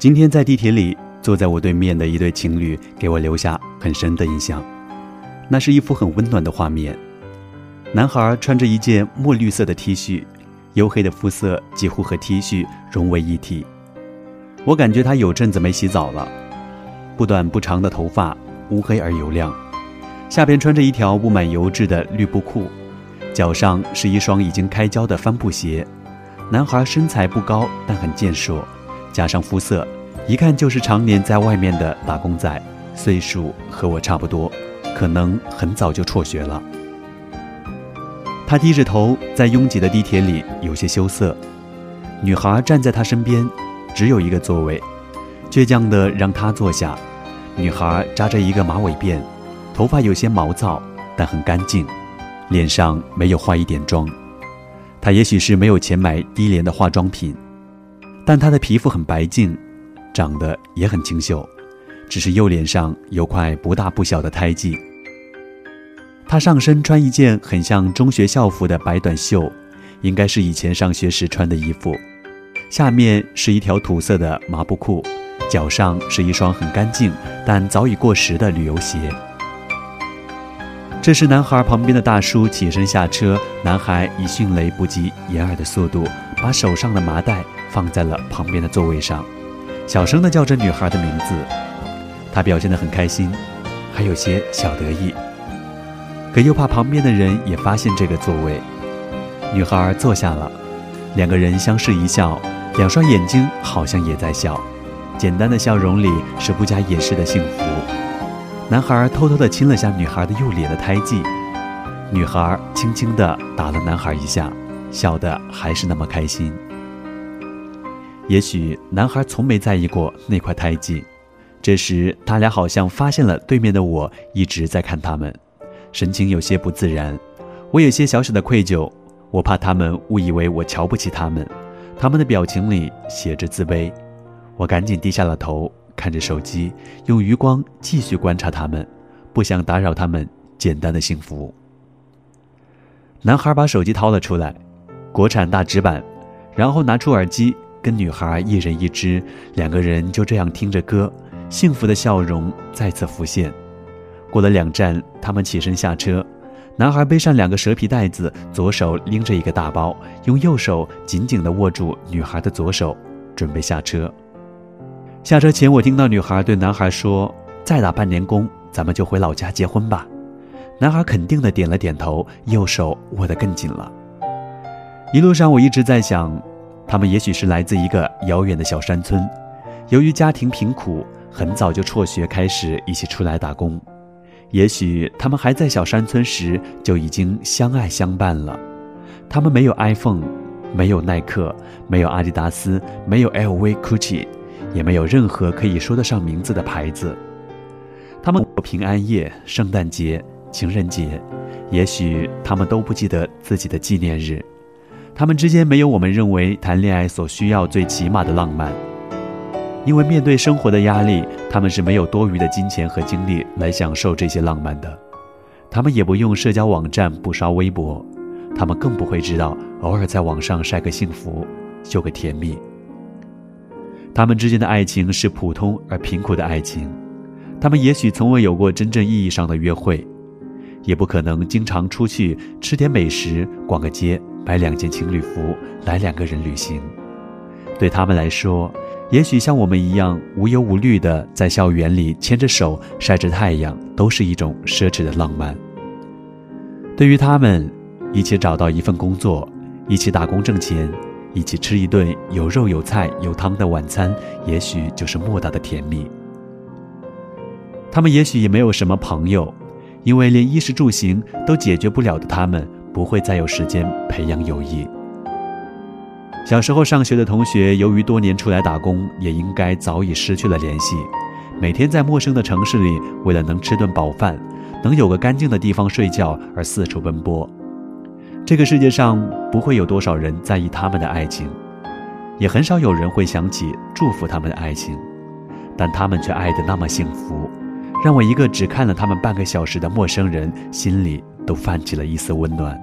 今天在地铁里，坐在我对面的一对情侣给我留下很深的印象。那是一幅很温暖的画面。男孩穿着一件墨绿色的 T 恤，黝黑的肤色几乎和 T 恤融为一体。我感觉他有阵子没洗澡了，不短不长的头发乌黑而油亮，下边穿着一条布满油渍的绿布裤，脚上是一双已经开胶的帆布鞋。男孩身材不高，但很健硕，加上肤色，一看就是常年在外面的打工仔，岁数和我差不多，可能很早就辍学了。他低着头，在拥挤的地铁里有些羞涩。女孩站在他身边，只有一个座位，倔强地让他坐下。女孩扎着一个马尾辫，头发有些毛躁，但很干净，脸上没有化一点妆。她也许是没有钱买低廉的化妆品，但她的皮肤很白净，长得也很清秀，只是右脸上有块不大不小的胎记。她上身穿一件很像中学校服的白短袖，应该是以前上学时穿的衣服，下面是一条土色的麻布裤，脚上是一双很干净但早已过时的旅游鞋。这时男孩旁边的大叔起身下车，男孩以迅雷不及掩耳的速度把手上的麻袋放在了旁边的座位上，小声地叫着女孩的名字。他表现得很开心，还有些小得意，可又怕旁边的人也发现这个座位。女孩坐下了，两个人相视一笑，两双眼睛好像也在笑，简单的笑容里是不加掩饰的幸福。男孩偷偷地亲了下女孩的右脸的胎记，女孩轻轻地打了男孩一下，笑得还是那么开心。也许男孩从没在意过那块胎记，这时他俩好像发现了对面的我一直在看他们，神情有些不自然。我有些小小的愧疚，我怕他们误以为我瞧不起他们，他们的表情里写着自卑。我赶紧低下了头，看着手机，用余光继续观察他们，不想打扰他们简单的幸福。男孩把手机掏了出来，国产大直板，然后拿出耳机，跟女孩一人一只，两个人就这样听着歌，幸福的笑容再次浮现。过了2站，他们起身下车，男孩背上2个蛇皮袋子，左手拎着一个大包，用右手紧紧地握住女孩的左手，准备下车。下车前，我听到女孩对男孩说，再打半年工，咱们就回老家结婚吧。男孩肯定地点了点头，右手握得更紧了。一路上我一直在想，他们也许是来自一个遥远的小山村，由于家庭贫苦，很早就辍学开始一起出来打工。也许他们还在小山村时就已经相爱相伴了。他们没有 iPhone， 没有耐克，没有阿迪达斯，没有 LV、Gucci， 也没有任何可以说得上名字的牌子。他们过平安夜、圣诞节、情人节，也许他们都不记得自己的纪念日。他们之间没有我们认为谈恋爱所需要最起码的浪漫，因为面对生活的压力，他们是没有多余的金钱和精力来享受这些浪漫的。他们也不用社交网站，不刷微博，他们更不会知道偶尔在网上晒个幸福，秀个甜蜜。他们之间的爱情是普通而贫苦的爱情，他们也许从未有过真正意义上的约会，也不可能经常出去吃点美食，逛个街，买2件情侣服，来2个人旅行。对他们来说，也许像我们一样无忧无虑地在校园里牵着手晒着太阳，都是一种奢侈的浪漫。对于他们，一起找到一份工作，一起打工挣钱，一起吃一顿有肉有菜有汤的晚餐，也许就是莫大的甜蜜。他们也许也没有什么朋友，因为连衣食住行都解决不了的他们，不会再有时间培养友谊。小时候上学的同学，由于多年出来打工，也应该早已失去了联系，每天在陌生的城市里，为了能吃顿饱饭，能有个干净的地方睡觉而四处奔波。这个世界上不会有多少人在意他们的爱情，也很少有人会想起祝福他们的爱情，但他们却爱得那么幸福，让我一个只看了他们半个小时的陌生人，心里都泛起了一丝温暖。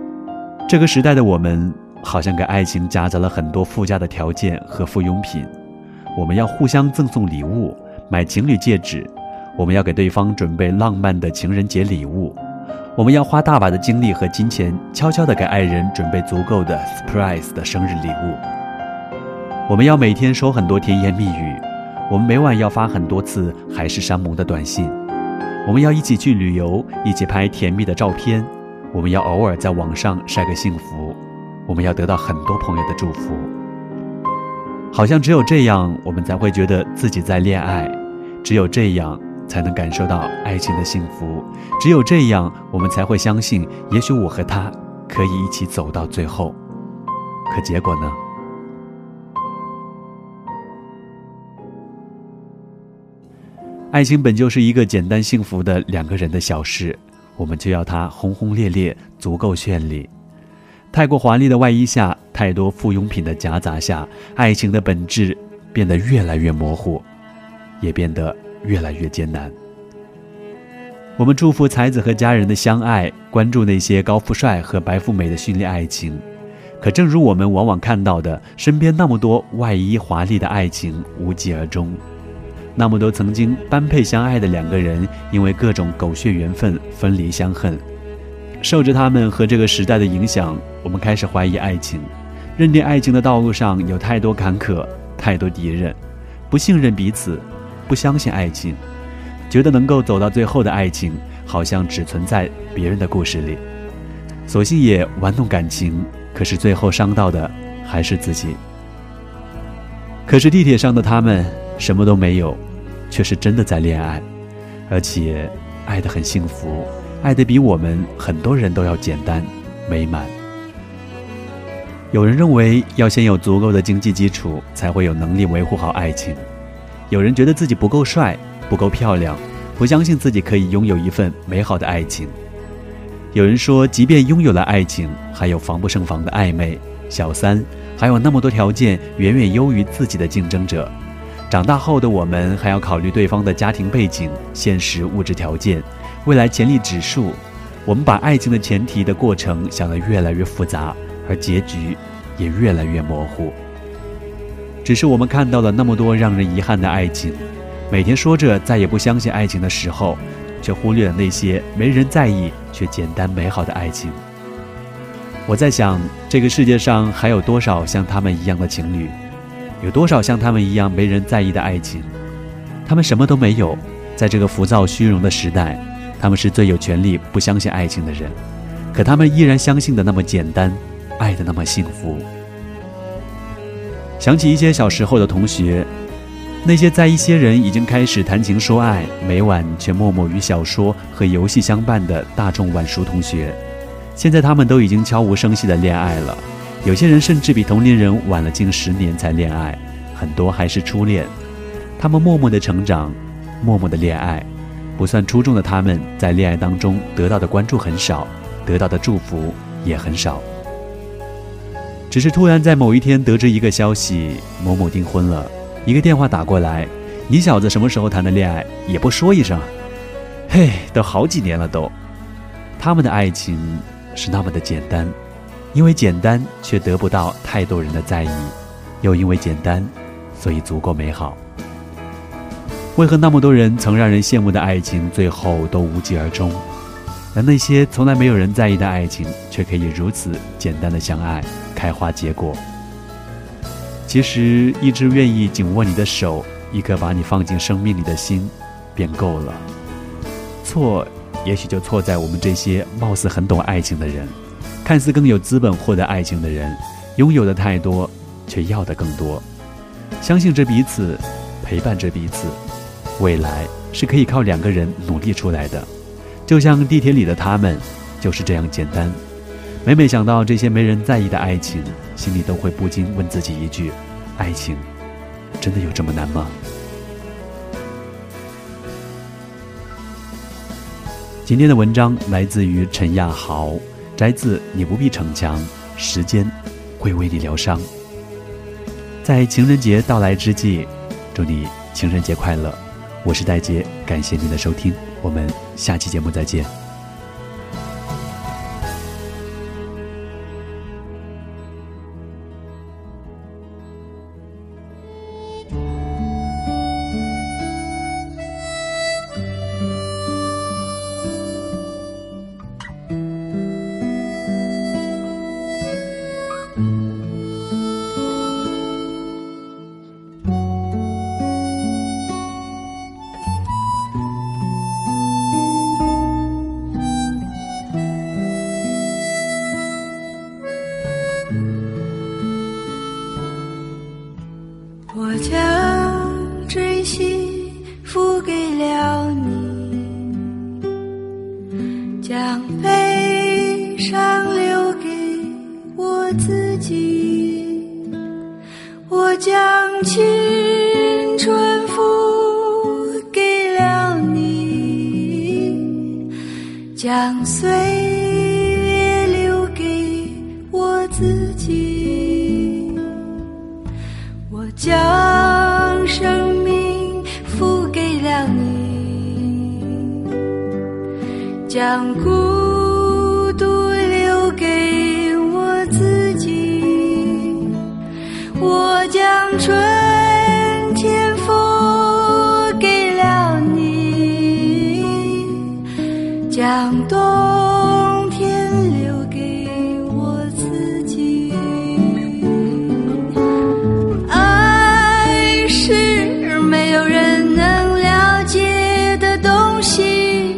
这个时代的我们，好像给爱情夹杂了很多附加的条件和附庸品， 我们要互相赠送礼物，买情侣戒指，我们要给对方准备浪漫的情人节礼物，我们要花大把的精力和金钱，悄悄地给爱人准备足够的 surprise 的生日礼物。我们要每天说很多甜言蜜语，我们每晚要发很多次海誓山盟的短信，我们要一起去旅游，一起拍甜蜜的照片，我们要偶尔在网上晒个幸福，我们要得到很多朋友的祝福。好像只有这样，我们才会觉得自己在恋爱，只有这样才能感受到爱情的幸福，只有这样我们才会相信，也许我和他可以一起走到最后。可结果呢？爱情本就是一个简单幸福的两个人的小事，我们就要它轰轰烈烈，足够绚丽。太过华丽的外衣下，太多附庸品的夹杂下，爱情的本质变得越来越模糊，也变得越来越艰难。我们祝福才子和家人的相爱，关注那些高富帅和白富美的绚丽爱情，可正如我们往往看到的，身边那么多外衣华丽的爱情无疾而终，那么多曾经般配相爱的两个人，因为各种狗血缘分分离相恨。受着他们和这个时代的影响，我们开始怀疑爱情，认定爱情的道路上有太多坎坷，太多敌人，不信任彼此，不相信爱情，觉得能够走到最后的爱情好像只存在别人的故事里，索性也玩弄感情，可是最后伤到的还是自己。可是地铁上的他们什么都没有，却是真的在恋爱，而且爱得很幸福，爱得比我们很多人都要简单美满。有人认为要先有足够的经济基础，才会有能力维护好爱情。有人觉得自己不够帅，不够漂亮，不相信自己可以拥有一份美好的爱情。有人说，即便拥有了爱情，还有防不胜防的暧昧、小三，还有那么多条件远远优于自己的竞争者。长大后的我们还要考虑对方的家庭背景、现实物质条件、未来潜力指数。我们把爱情的前提的过程想得越来越复杂，而结局也越来越模糊。只是我们看到了那么多让人遗憾的爱情，每天说着再也不相信爱情的时候，却忽略了那些没人在意却简单美好的爱情。我在想，这个世界上还有多少像他们一样的情侣，有多少像他们一样没人在意的爱情？他们什么都没有，在这个浮躁虚荣的时代，他们是最有权利不相信爱情的人，可他们依然相信的那么简单，爱的那么幸福。想起一些小时候的同学，那些在一些人已经开始谈情说爱，每晚却默默与小说和游戏相伴的大众晚熟同学，现在他们都已经悄无声息的恋爱了，有些人甚至比同龄人晚了近10年才恋爱，很多还是初恋。他们默默的成长，默默的恋爱，不算出众的他们在恋爱当中得到的关注很少，得到的祝福也很少。只是突然在某一天得知一个消息，某某订婚了，一个电话打过来，你小子什么时候谈的恋爱，也不说一声，嘿，都好几年了都。他们的爱情是那么的简单，因为简单却得不到太多人的在意，又因为简单所以足够美好。为何那么多人曾让人羡慕的爱情最后都无疾而终，而那些从来没有人在意的爱情却可以如此简单的相爱，开花结果？其实一只愿意紧握你的手，一颗把你放进生命里的心便够了。错也许就错在我们这些貌似很懂爱情的人，看似更有资本获得爱情的人，拥有的太多，却要的更多。相信着彼此，陪伴着彼此，未来是可以靠两个人努力出来的。就像地铁里的他们，就是这样简单。每每想到这些没人在意的爱情，心里都会不禁问自己一句：爱情真的有这么难吗？今天的文章来自于陈亚豪，摘自《你不必逞强，时间会为你疗伤》。在情人节到来之际，祝你情人节快乐。我是戴杰，感谢您的收听，我们下期节目再见。 上留给我自己，我将青春付给了你，将岁月留给我自己，我将生命付给了你，将孤独留给我自己，我将春天付给了你，将冬天留给我自己。爱是没有人能了解的东西，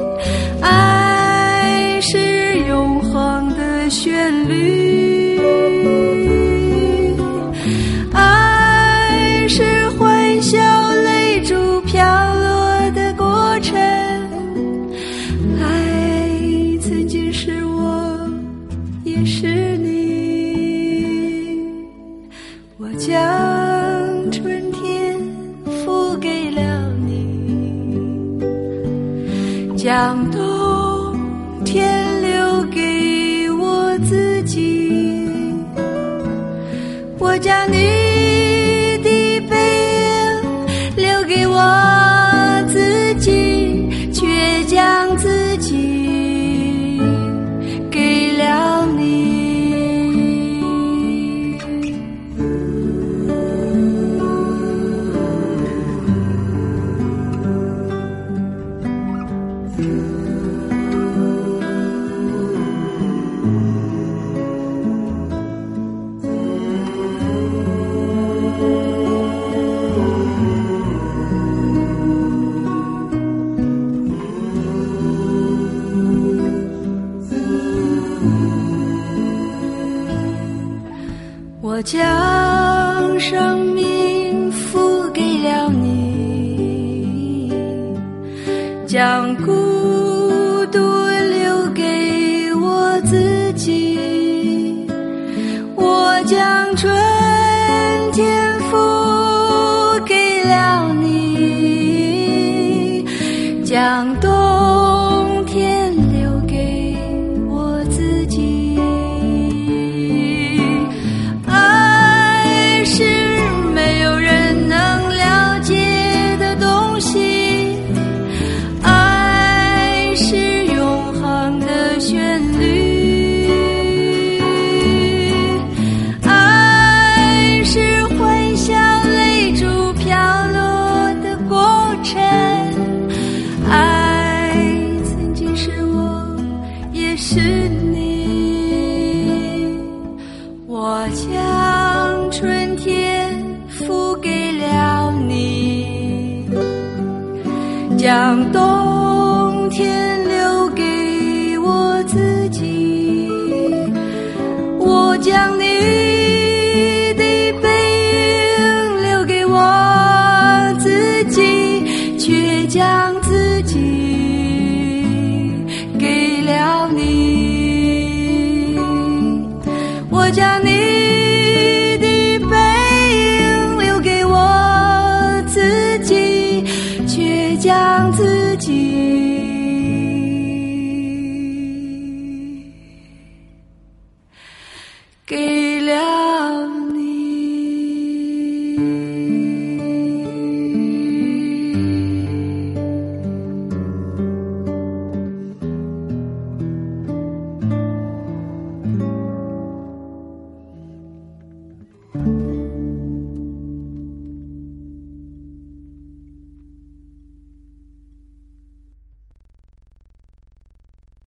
爱是永恒的旋律，爱是欢笑泪珠飘落的过程，爱曾经是我也是你，我将春天付给了你，将冬天留给我自己，我将你的背影留给我自己，却将自己给了你。我将生命付给了你，将孤独留给我自己，我将春天付给了你，将冬天留给我自己。爱是没有人能了解的东西，爱是永恒的旋律，爱是欢笑泪珠飘落的过程，爱曾经是我也是你，我将春天付给了你，将冬天